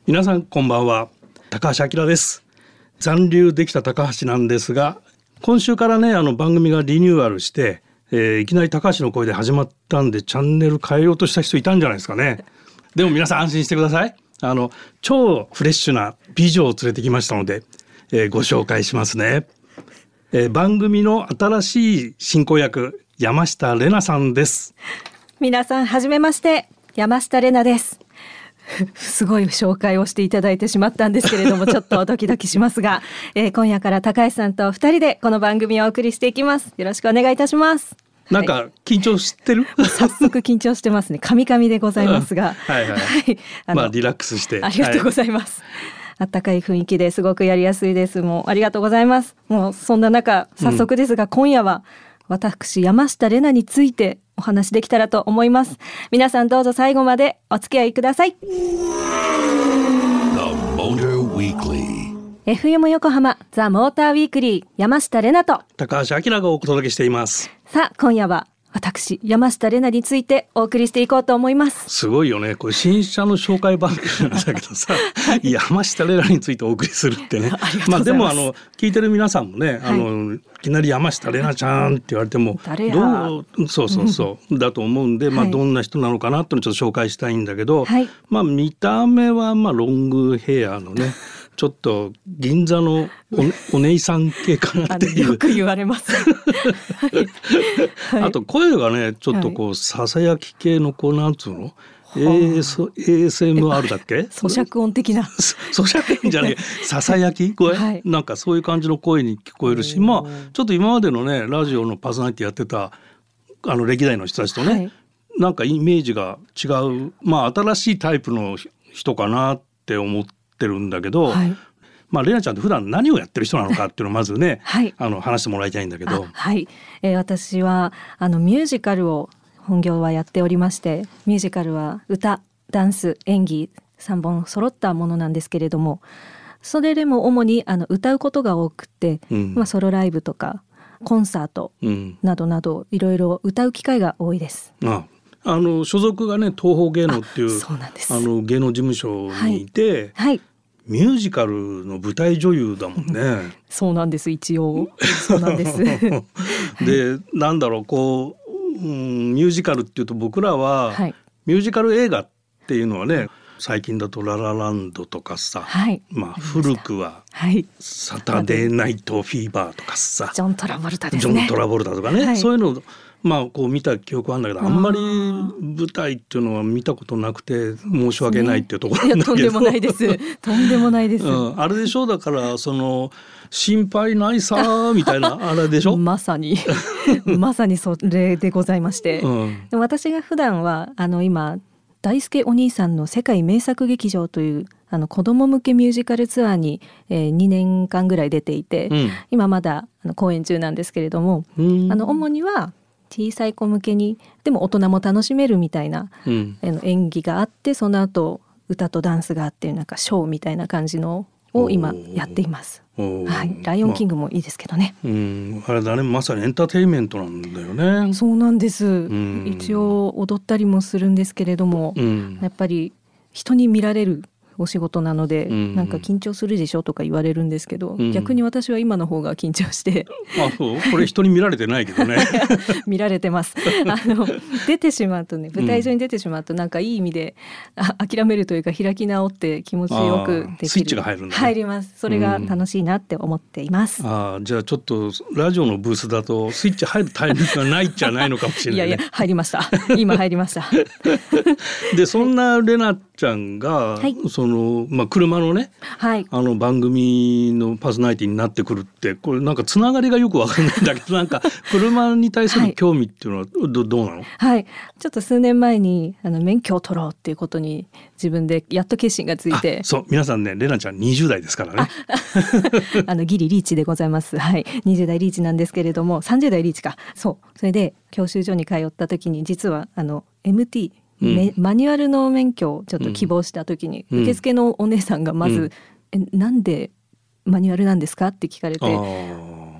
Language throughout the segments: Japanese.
皆さんこんばんは、高橋明です。残留できた高橋なんですが、今週からね番組がリニューアルして、いきなり高橋の声で始まったんでチャンネル変えようとした人いたんじゃないですかね。でも皆さん安心してください。超フレッシュな美女を連れてきましたので、ご紹介しますね。番組の新しい進行役、山下玲奈さんです。 皆さんはじめまして、山下玲奈です。すごい紹介をしていただいてしまったんですけれどもちょっとドキドキしますが、今夜から高橋さんと2人でこの番組をお送りしていきます。よろしくお願いいたします。 なんか緊張してる？ 早速緊張してますね。カミカミでございますが、 はいはい、リラックスしてありがとうございます、あったかい雰囲気ですごくやりやすいです。もうありがとうございます。もうそんな中早速ですが、今夜は私山下玲奈についてお話できたらと思います。皆さんどうぞ最後までお付き合いください。 FM 横浜ザ・モーターウィークリー、山下玲奈と高橋明がお届けしています。 さあ今夜は私山下玲奈についてお送りしていこうと思います。 すごいよね、これ新車の紹介番組なんだけどさ、山下玲奈についてお送りするってねでも聞いてる皆さんもね、いきなり山下玲奈ちゃんって言われてもそうだと思うんで、どんな人なのかなってのをちょっと紹介したいんだけど、見た目はロングヘアのねちょっと銀座の お姉さん系かなっていうよく言われますあと声がねちょっとこうささやき系のなんつうの、ASMR だっけ、 咀嚼音的な咀嚼音じゃないささやき声、なんかそういう感じの声に聞こえるし、ちょっと今までのねラジオのパーソナリティやってた歴代の人たちとね、なんかイメージが違う、新しいタイプの人かなって思ってるんだけど、玲奈ちゃんって普段何をやってる人なのかっていうのをまずね、話してもらいたいんだけど。 私はミュージカルを本業はやっておりまして、ミュージカルは歌、ダンス、演技3本揃ったものなんですけれども、それでも主に歌うことが多くて、ソロライブとかコンサートなどなどいろいろ歌う機会が多いです。 所属がね東宝芸能っていう芸能事務所にいて、ミュージカルの舞台女優だもんねそうなんです、一応そうなんですでなんだろうミュージカルっていうと僕らは、ミュージカル映画っていうのはね、最近だとララランドとかさ、古くは、サタデーナイトフィーバーとかさ、 ジョン・トラボルタですね、 ジョン・トラボルタとかね、そういうの見た記憶あるんだけど、あんまり舞台っていうのは見たことなくて申し訳ないっていうところなんだけど、 とんでもないですとんでもないです、 あれでしょ、だから心配ないさみたいなあれでしょまさにまさにそれでございまして、で私が普段は今大輔お兄さんの世界名作劇場という子ども向けミュージカルツアーに、2年間ぐらい出ていて、今まだ公演中なんですけれども、主には小さい子向けにでも大人も楽しめるみたいな、演技があって、その後歌とダンスがあって、なんかショーみたいな感じのを今やっています。ライオンキングもいいですけどね、 あれだね、まさにエンターテインメントなんだよね。 そうなんです、一応踊ったりもするんですけれども、やっぱり人に見られるお仕事なので、なんか緊張するでしょとか言われるんですけど、逆に私は今の方が緊張してこれ人に見られてないけどね見られてます出てしまうとね、舞台上に出てしまうと、なんかいい意味で諦めるというか、開き直って気持ちよくできる、 スイッチが入るんだね。 入ります。それが楽しいなって思っています、 じゃあちょっとラジオのブースだとスイッチ入るタイミングがないじゃないのかもしれないね。 いや入りました今入りましたでそんな玲奈ちゃんが、車のね、番組のパーソナリティになってくるって、これなんかつながりがよくわかんないんだけどなんか車に対する興味っていうのはどうなの？ ちょっと数年前に免許を取ろうっていうことに自分でやっと決心がついて、 そう皆さんね、玲奈ちゃん20代ですからねギリリーチでございます。20代リーチなんですけれども、30代リーチか。それで教習所に通った時に、実はMTマニュアルの免許をちょっと希望した時に、受付のお姉さんがまず、なんでマニュアルなんですかって聞かれて、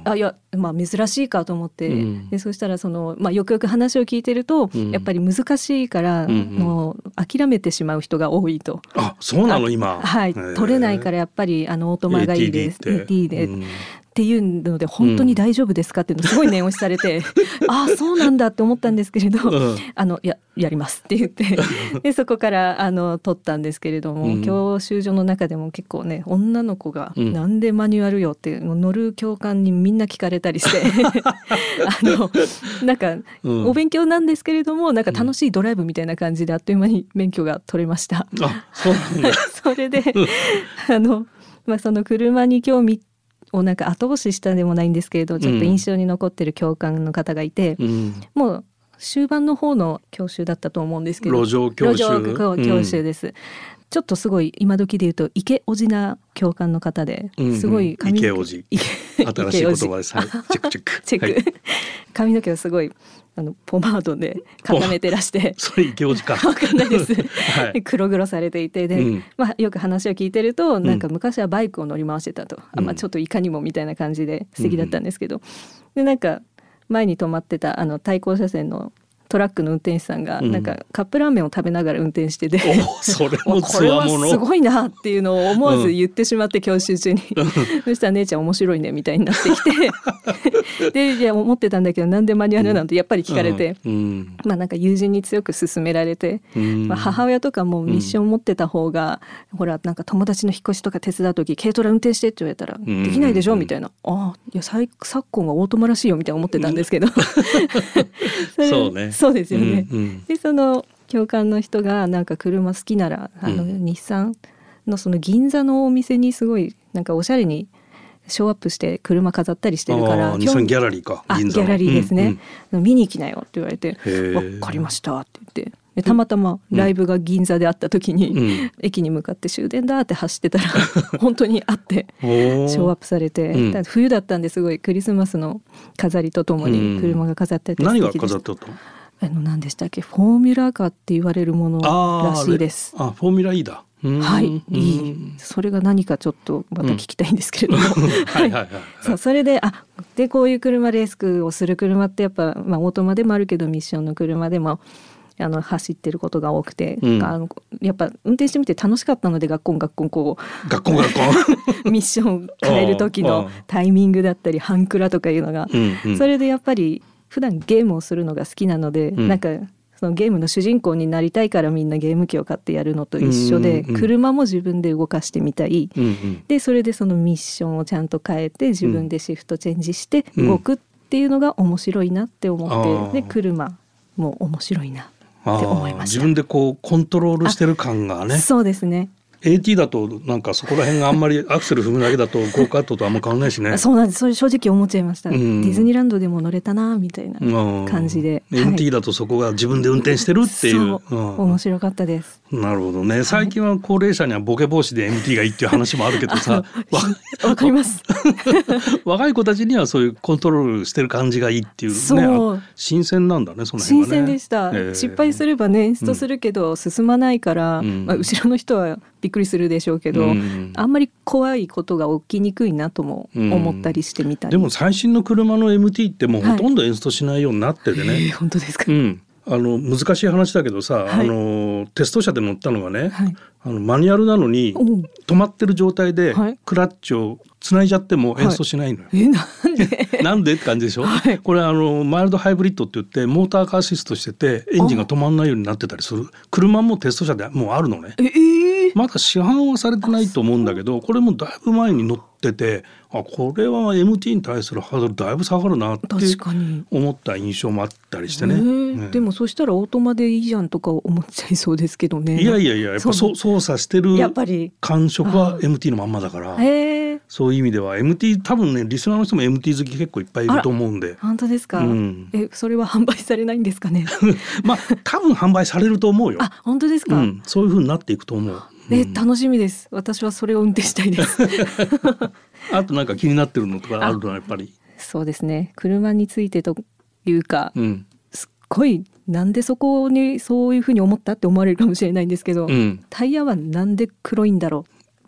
いや、珍しいかと思って、でそしたらよくよく話を聞いてると、やっぱり難しいから、もう諦めてしまう人が多いと。 あ、そうなの今。 はい、取れないからやっぱりオートマがいいです AT で、っていうので本当に大丈夫ですかっていうのすごい念押しされて、ああそうなんだって思ったんですけれど、やりますって言ってでそこから取ったんですけれども、教習所の中でも結構ね、女の子がなんでマニュアルよって乗る教官にみんな聞かれたりしてなんかお勉強なんですけれども、なんか楽しいドライブみたいな感じであっという間に免許が取れました。 あ、そうなんだそれでその車に興味をなんか後押ししたでもないんですけれど、ちょっと印象に残ってる教官の方がいて、もう終盤の方の教習だったと思うんですけど、 路上教習です、ちょっとすごい今時で言うとイケオジな教官の方で、すごいイケオジ新しい言葉です、はい、チェック髪の毛をすごいポマードで固めてらしてそれイケオジか分かんないです、はい、黒々されていて、で、よく話を聞いてると、なんか昔はバイクを乗り回してたと、ちょっといかにもみたいな感じで素敵だったんですけど、でなんか前に止まってた対向車線のトラックの運転手さんがなんかカップラーメンを食べながら運転してて、 それもこれはすごいなっていうのを思わず言ってしまって、教習中にそしたら姉ちゃん面白いねみたいになってきてで、いや思ってたんだけどなんでマニュアルなんてやっぱり聞かれて、なんか友人に強く勧められて、母親とかもミッション持ってた方が、ほらなんか友達の引っ越しとか手伝う時軽トラ運転してって言われたらできないでしょみたいな、いや昨今はオートマらしいよみたいな思ってたんですけどそうね、 そうですよね、でその教官の人がなんか車好きなら日産のその銀座のお店にすごいなんかおしゃれにショーアップして車飾ったりしてるから、 日産ギャラリーか、 銀座のギャラリーですね、見に行きなよって言われて、分かりましたって言って、でたまたまライブが銀座であった時に、駅に向かって終電だって走ってたら本当にあってショーアップされて、冬だったんですごいクリスマスの飾りとともに車が飾ってあって素敵でした。 何が飾ってあったの？ 何でしたっけ、フォーミュラカーって言われるものらしいです。 フォーミュラ E だ。 はい、いい。それが何かちょっとまた聞きたいんですけれども、それででこういう車レースをする車ってやっぱ、オートマでもあるけどミッションの車でも走ってることが多くて、やっぱ運転してみて楽しかったので、ガッコンこうミッション変える時のタイミングだったり半クラとかいうのが、それでやっぱり普段ゲームをするのが好きなので、なんかそのゲームの主人公になりたいからみんなゲーム機を買ってやるのと一緒で、車も自分で動かしてみたい、でそれでそのミッションをちゃんと変えて自分でシフトチェンジして動くっていうのが面白いなって思って、で車も面白いなって思いました。 自分でこうコントロールしてる感がね。 そうですね。 AT だとなんかそこら辺があんまりアクセル踏むだけだとゴーカートとあんま変わんないしね。 そうなんです。それ正直思っちゃいました、ディズニーランドでも乗れたなみたいな感じで、 MT だとそこが自分で運転してるっていう、 面白かったです。 なるほどね。最近は高齢者にはボケ防止で MT がいいっていう話もあるけどさわかります若い子たちにはそういうコントロールしてる感じがいいっていうね、新鮮なんだね、その辺がね。 新鮮でした、失敗すればねエンストするけど進まないから、後ろの人はびっくりするでしょうけど、あんまり怖いことが起きにくいなとも思ったりしてみたり、 でも最新の車の MT ってもうほとんどエンストしないようになっててね、 本当ですか。 難しい話だけどさ、テスト車で乗ったのがね、マニュアルなのに止まってる状態でクラッチをつないじゃってもエンストしないのよ、 なんでなんでって感じでしょ、これマイルドハイブリッドって言ってモーターカーアシストしててエンジンが止まんないようになってたりする車もテスト車でもうあるのね。まだ市販はされてないと思うんだけど、これもだいぶ前に乗ってて、これは MT に対するハードルだいぶ下がるなって思った印象もあったりしてね。 でもそしたらオートマでいいじゃんとか思っちゃいそうですけどね。 いややっぱ操作してる感触は MT のまんまだから、そういう意味では MT 多分ねリスナーの人も MT 好き結構いっぱいいると思うんで。 本当ですか、それは販売されないんですかね多分販売されると思うよ。 本当ですか、 そういう風になっていくと思う。 楽しみです。私はそれを運転したいですあとなんか気になってるのとかあるのはやっぱり。 そうですね、車についてというか、すっごいなんでそこにそういうふうに思ったって思われるかもしれないんですけど、タイヤはなんで黒いんだろう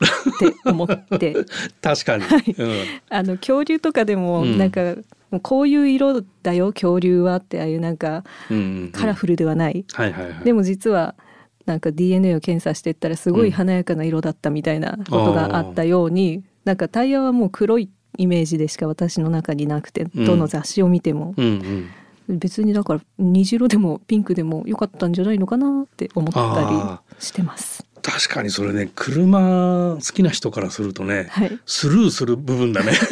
って思って確かに、 はい、恐竜とかでもなんか、こういう色だよ恐竜はってああいうなんかカラフルではない、でも実はなんか DNA を検査していったらすごい華やかな色だったみたいなことがあったように、なんかタイヤはもう黒いイメージでしか私の中になくて、どの雑誌を見ても、別にだから虹色でもピンクでもよかったんじゃないのかなって思ったりしてます。 確かにそれね、車好きな人からするとね、スルーする部分だね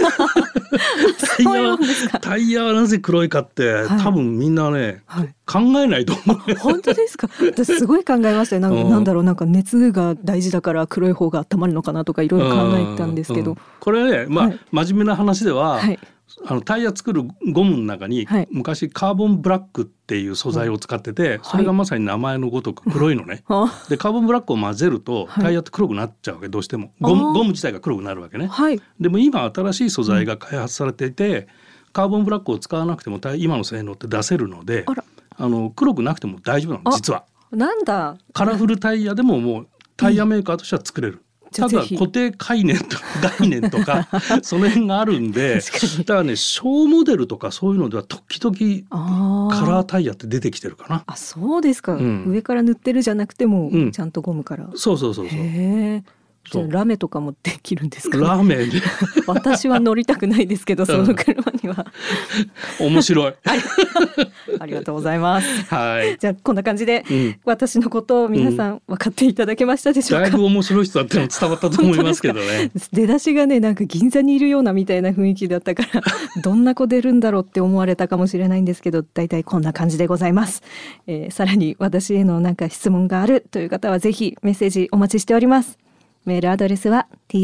タイヤはなぜ黒いかって、多分みんなね、考えないと思う本当ですか？私すごい考えましたよ。なんだろう、なんか熱が大事だから黒い方が温まるのかなとかいろいろ考えたんですけど、 これね、真面目な話では、タイヤ作るゴムの中に、昔カーボンブラックっていう素材を使ってて、それがまさに名前のごとく黒いのね、でカーボンブラックを混ぜるとタイヤって黒くなっちゃうわけ、どうしてもゴム自体が黒くなるわけね、でも今新しい素材が開発されていて、カーボンブラックを使わなくても今の性能って出せるので、黒くなくても大丈夫なの、実は。 なんだ、 カラフルタイヤでももうタイヤメーカーとしては作れる、ただ固定概念とかその辺があるんでだからね、小モデルとかそういうのでは時々カラータイヤって出てきてるかな。 そうですか、上から塗ってるじゃなくても、ちゃんとゴムから。そうじゃあラメとかもできるんですかね。 ラメね私は乗りたくないですけど、その車には面白いありがとうございます、 はい、 じゃあこんな感じで、私のことを皆さん分かっていただけましたでしょうか。 だいぶ面白い人だっての伝わったと思いますけどね出だしがね、なんか銀座にいるようなみたいな雰囲気だったからどんな子出るんだろうって思われたかもしれないんですけど、だいたいこんな感じでございます、さらに私へのなんか質問があるという方はぜひメッセージお待ちしております。メールアドレスは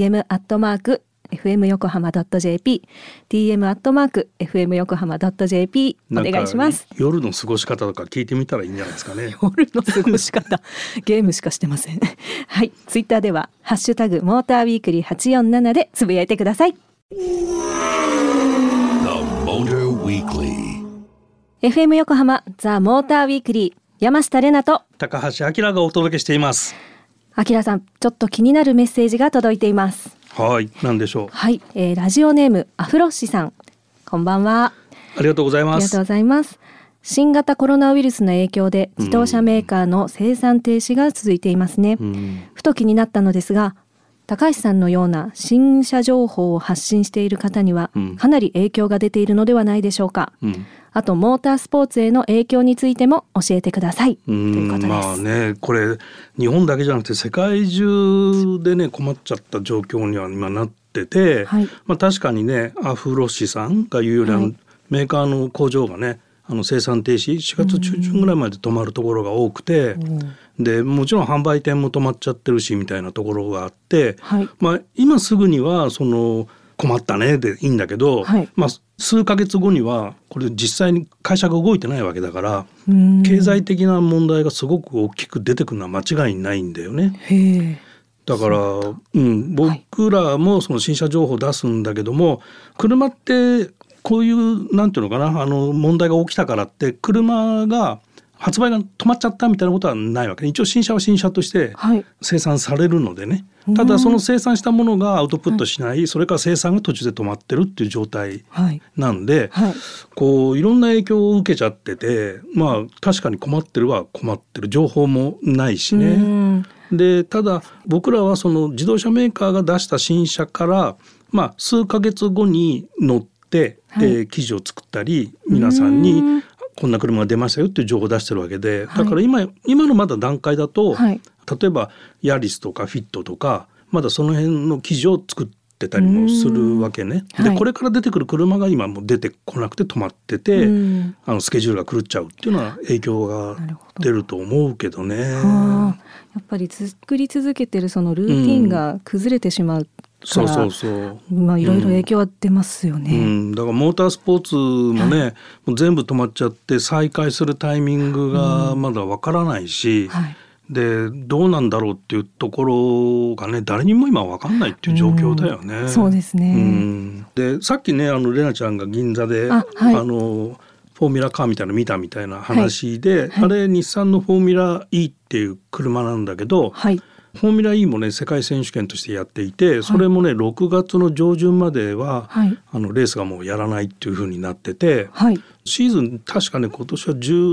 tm@fmyokohama.jp tm@fmyokohama.jp お願いします。 夜の過ごし方とか聞いてみたらいいんじゃないですかね。 夜の過ごし方ゲームしかしてませんはい、ツイッターではハッシュタグモーターウィークリー847でつぶやいてください。 FM 横浜ザ・モーターウィークリー、山下れなと高橋明がお届けしています。 明さん、ちょっと気になるメッセージが届いています。 はい、何でしょう。 はい、ラジオネームアフロッシさん、こんばんは。 ありがとうございます。 ありがとうございます。新型コロナウイルスの影響で自動車メーカーの生産停止が続いていますね。ふと気になったのですが、高橋さんのような新車情報を発信している方にはかなり影響が出ているのではないでしょうか。あとモータースポーツへの影響についても教えてくださいということです。 これ日本だけじゃなくて世界中でね、困っちゃった状況には今なってて、確かにね、アフロシさんが言うように、メーカーの工場がね、生産停止4月中旬ぐらいまで止まるところが多くて、でもちろん販売店も止まっちゃってるしみたいなところがあって、今すぐにはその困ったねでいいんだけど、数ヶ月後にはこれ実際に会社が動いてないわけだから、経済的な問題がすごく大きく出てくるのは間違いないんだよね。だから、僕らもその新車情報を出すんだけども、車ってこういうなんていうのかな、問題が起きたからって車が発売が止まっちゃったみたいなことはないわけ。一応新車は新車として生産されるのでね、ただその生産したものがアウトプットしない、それから生産が途中で止まってるっていう状態なんで、こういろんな影響を受けちゃってて、確かに困ってるは困ってる、情報もないしね。でただ僕らはその自動車メーカーが出した新車から、数ヶ月後に乗って、記事を作ったり皆さんにこんな車が出ましたよっていう情報を出してるわけで、だから今のまだ段階だと、例えばヤリスとかフィットとかまだその辺の記事を作ってたりもするわけね。でこれから出てくる車が今もう出てこなくて止まってて、スケジュールが狂っちゃうっていうのは影響が出ると思うけどね。 やっぱり作り続けてるそのルーティンが崩れてしまうから、いろいろ影響は出ますよね。 だからモータースポーツもね、もう全部止まっちゃって再開するタイミングがまだわからないし、でどうなんだろうっていうところがね、誰にも今わかんないっていう状況だよね。 そうですね。 でさっきね、レナちゃんが銀座でフォーミュラカーみたいなの見たみたいな話で、あれ日産のフォーミュラ E っていう車なんだけど、 フォーミュラ E もね世界選手権としてやっていて、それもね6月の上旬までは、レースがもうやらないっていう風になってて、シーズン確かね今年は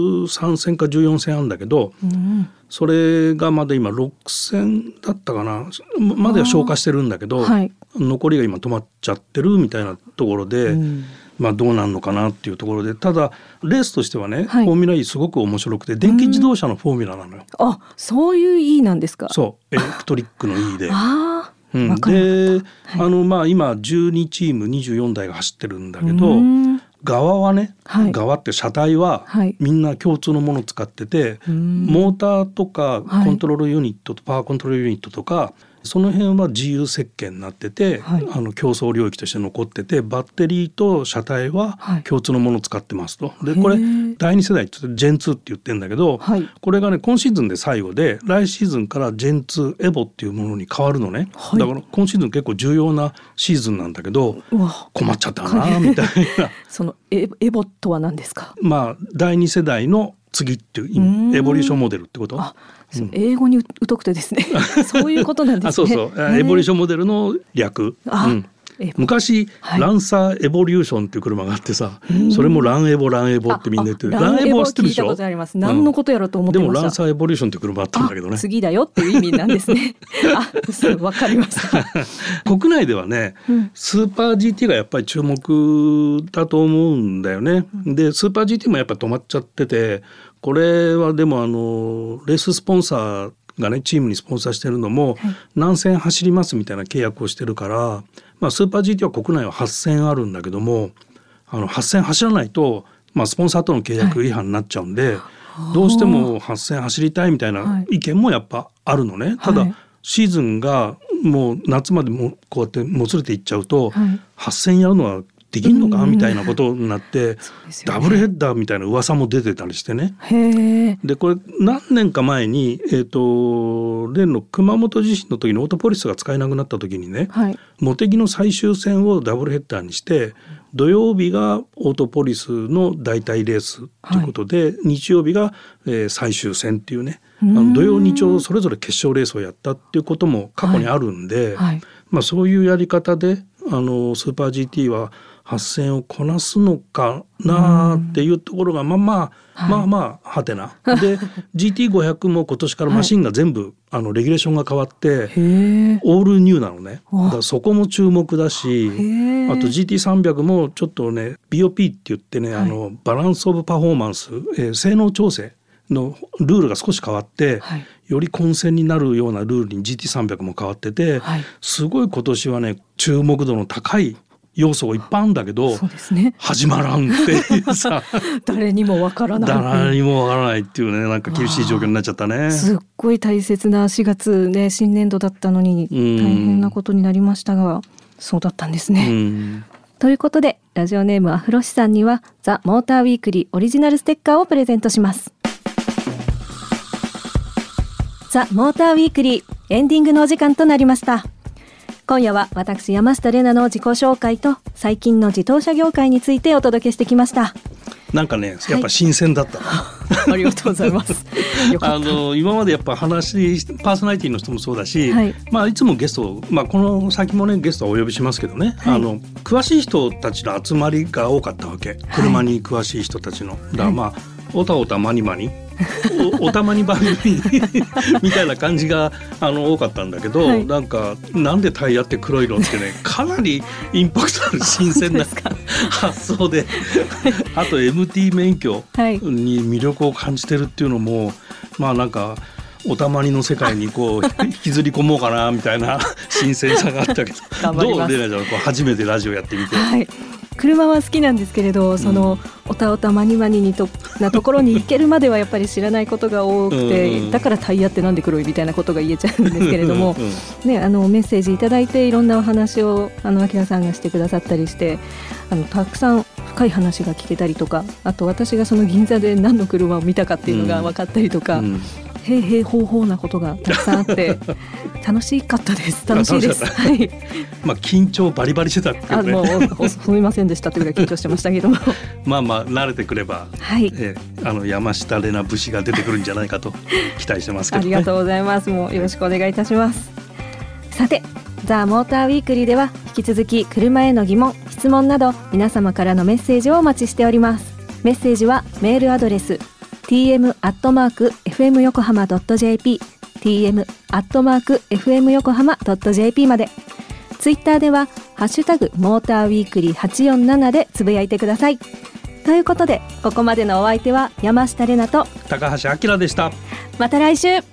13戦か14戦あるんだけど、それがまだ今6戦だったかなまでは消化してるんだけど、残りが今止まっちゃってるみたいなところで、どうなんのかなっていうところで、ただレースとしてはね、フォーミュラ E すごく面白くて電気自動車のフォーミュラなのよ。 あ、そういう E なんですか。 そうエレクトリックの E で。 で、 今12チーム24台が走ってるんだけど、側はね、側って車体はみんな共通のものを使ってて、モーターとかコントロールユニットとパワーコントロールユニットとかその辺は自由設計になってて、競争領域として残ってて、バッテリーと車体は共通のものを使ってますと。でこれ第2世代ってジェン2って言ってるんだけど、これがね今シーズンで最後で来シーズンからジェン2エボっていうものに変わるのね、だから今シーズン結構重要なシーズンなんだけど、困っちゃったなみたいなそのエボとは何ですか。 第2世代の次っていう意味、エボリューションモデルってこと。 英語に疎くてですねそういうことなんですね。 そうエボリューションモデルの略。昔、ランサーエボリューションっていう車があってさ、それもランエボってみんな言ってる。ランエボは知ってるでしょ。聞いたことあります。何のことやろうと思ってました。 でもランサーエボリューションっていう車あったんだけどね。 次だよっていう意味なんですねわかりました国内ではね、スーパー GT がやっぱり注目だと思うんだよね。でスーパー GT もやっぱ止まっちゃってて、これはでもレーススポンサーがねチームにスポンサーしてるのも、何戦走りますみたいな契約をしてるから、スーパー GT は国内は8戦あるんだけども、8戦走らないと、スポンサーとの契約違反になっちゃうんで、どうしても8戦走りたいみたいな意見もやっぱあるのね。ただシーズンがもう夏までもこうやってもつれていっちゃうと、8戦やるのはできんのかみたいなことになって、ダブルヘッダーみたいな噂も出てたりしてね。でこれ何年か前に、例の熊本地震の時にオートポリスが使えなくなった時にね、茂木の最終戦をダブルヘッダーにして、土曜日がオートポリスの代替レースということで、日曜日が、最終戦っていうね、土曜日曜それぞれ決勝レースをやったっていうことも過去にあるんで、そういうやり方でスーパー GT は発戦をこなすのかなっていうところがはてなでGT500 も今年からマシンが全部、レギュレーションが変わってオールニューなのね。だからそこも注目だし、あと GT300 もちょっとね BOP って言ってね、バランスオブパフォーマンス、性能調整のルールが少し変わって、より混戦になるようなルールに GT300 も変わってて、すごい今年はね注目度の高い要素がいっぱいあるんだけど、始まらんっていうさ誰にもわからないっていうね、なんか厳しい状況になっちゃったね。 すっごい大切な4月ね、新年度だったのに大変なことになりましたが、そうだったんですね。ということでラジオネームアフロシさんにはザ・モーターウィークリーオリジナルステッカーをプレゼントします。ザ・モーターウィークリーエンディングのお時間となりました。今夜は私山下玲奈の自己紹介と最近の自動車業界についてお届けしてきました。 なんかねやっぱ新鮮だったな、 ありがとうございます今までやっぱパーソナリティの人もそうだし、いつもゲストを、この先もねゲストをお呼びしますけどね、詳しい人たちの集まりが多かったわけ、車に詳しい人たちの。だからおたおたまにまにおたまに番組みたいな感じが多かったんだけど、なんでタイヤって黒いのってねかなりインパクトある新鮮な発想であと MT 免許に魅力を感じてるっていうのも、なんかおたまにの世界にこう引きずり込もうかなみたいな新鮮さがあったけどどうレナちゃん初めてラジオやってみて。 車は好きなんですけれど、そのおたおたまにまになところに行けるまではやっぱり知らないことが多くて、だからタイヤってなんで黒いみたいなことが言えちゃうんですけれども、メッセージいただいていろんなお話を明さんがしてくださったりして、たくさん深い話が聞けたりとか、あと私がその銀座で何の車を見たかっていうのが分かったりとか、 平方法なことがたくさんあって楽しかったです。楽しいです。はい。 緊張バリバリしてたっていうね。 もうすみませんでしたというぐらい緊張してましたけども慣れてくれば、はい、山下玲奈節が出てくるんじゃないかと期待してますけど、ね、 ありがとうございます。もうよろしくお願いいたします。さて、ザ・モーターウィークリーでは引き続き車への疑問、質問など皆様からのメッセージをお待ちしております。メッセージはメールアドレス tm@fmyokohama.jp tm@fmyokohama.jp まで。ツイッターではハッシュタグモーターウィークリー847でつぶやいてください。ということで、ここまでのお相手は山下玲奈と高橋明でした。 また来週。